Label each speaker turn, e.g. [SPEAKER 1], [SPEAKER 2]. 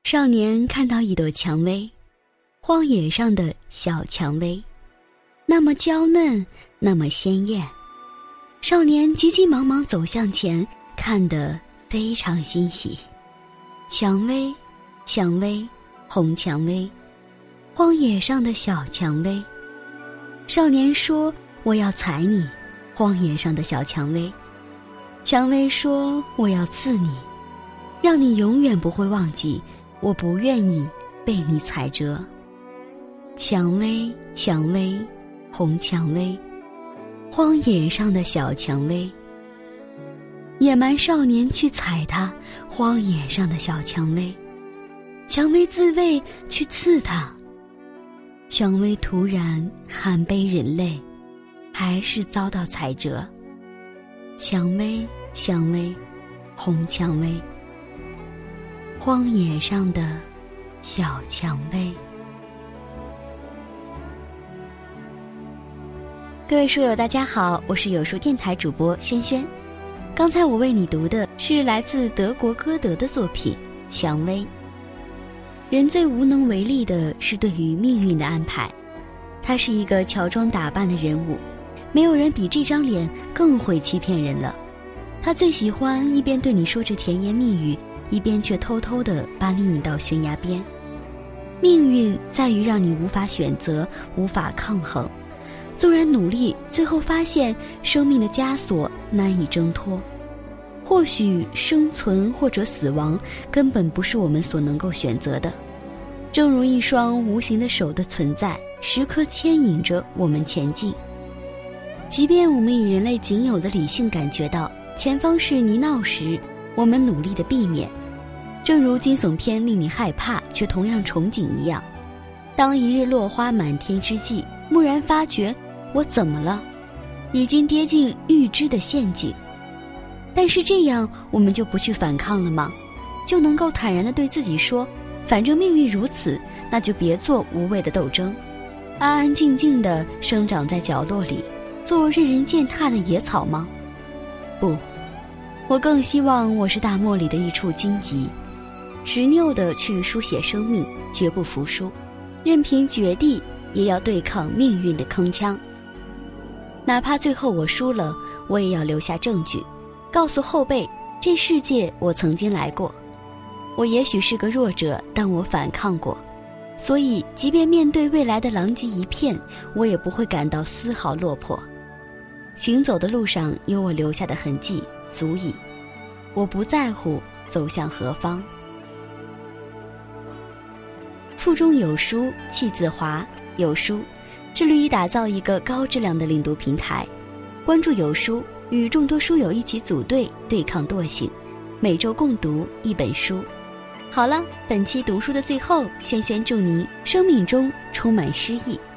[SPEAKER 1] 少年看到一朵蔷薇，荒野上的小蔷薇，那么娇嫩，那么鲜艳。少年急急忙忙走向前，看得非常欣喜。蔷薇，蔷薇，红蔷薇，荒野上的小蔷薇。少年说：“我要采你，荒野上的小蔷薇。”蔷薇说：“我要刺你，让你永远不会忘记，我不愿意被你踩折。”蔷薇，蔷薇，红蔷薇，荒野上的小蔷薇。野蛮少年去采它，荒野上的小蔷薇。蔷薇自卫去刺它，蔷薇突然含悲忍泪，还是遭到踩折。蔷薇，蔷薇，红蔷薇，荒野上的小蔷薇。各位书友大家好，我是有书电台主播轩轩。刚才我为你读的是来自德国歌德的作品《蔷薇》。人最无能为力的是对于命运的安排。他是一个乔装打扮的人物，没有人比这张脸更会欺骗人了。他最喜欢一边对你说着甜言蜜语，一边却偷偷地把你引到悬崖边。命运在于让你无法选择，无法抗衡，纵然努力，最后发现生命的枷锁难以挣脱。或许生存或者死亡根本不是我们所能够选择的，正如一双无形的手的存在，时刻牵引着我们前进。即便我们以人类仅有的理性感觉到前方是泥淖时，我们努力的避免，正如惊悚片令你害怕却同样憧憬一样。当一日落花满天之际，蓦然发觉我怎么了，已经跌进预知的陷阱。但是这样我们就不去反抗了吗？就能够坦然地对自己说，反正命运如此，那就别做无谓的斗争，安安静静地生长在角落里，做任人践踏的野草吗？不，我更希望我是大漠里的一处荆棘，执拗地去书写生命，绝不服输，任凭绝地也要对抗命运的铿锵。哪怕最后我输了，我也要留下证据，告诉后辈，这世界我曾经来过。我也许是个弱者，但我反抗过，所以即便面对未来的狼藉一片，我也不会感到丝毫落魄。行走的路上有我留下的痕迹，足矣。我不在乎走向何方。腹中有书气自华，有书致力于打造一个高质量的领读平台。关注有书，与众多书友一起组队对抗惰性，每周共读一本书。好了，本期读书的最后，轩轩祝您生命中充满诗意。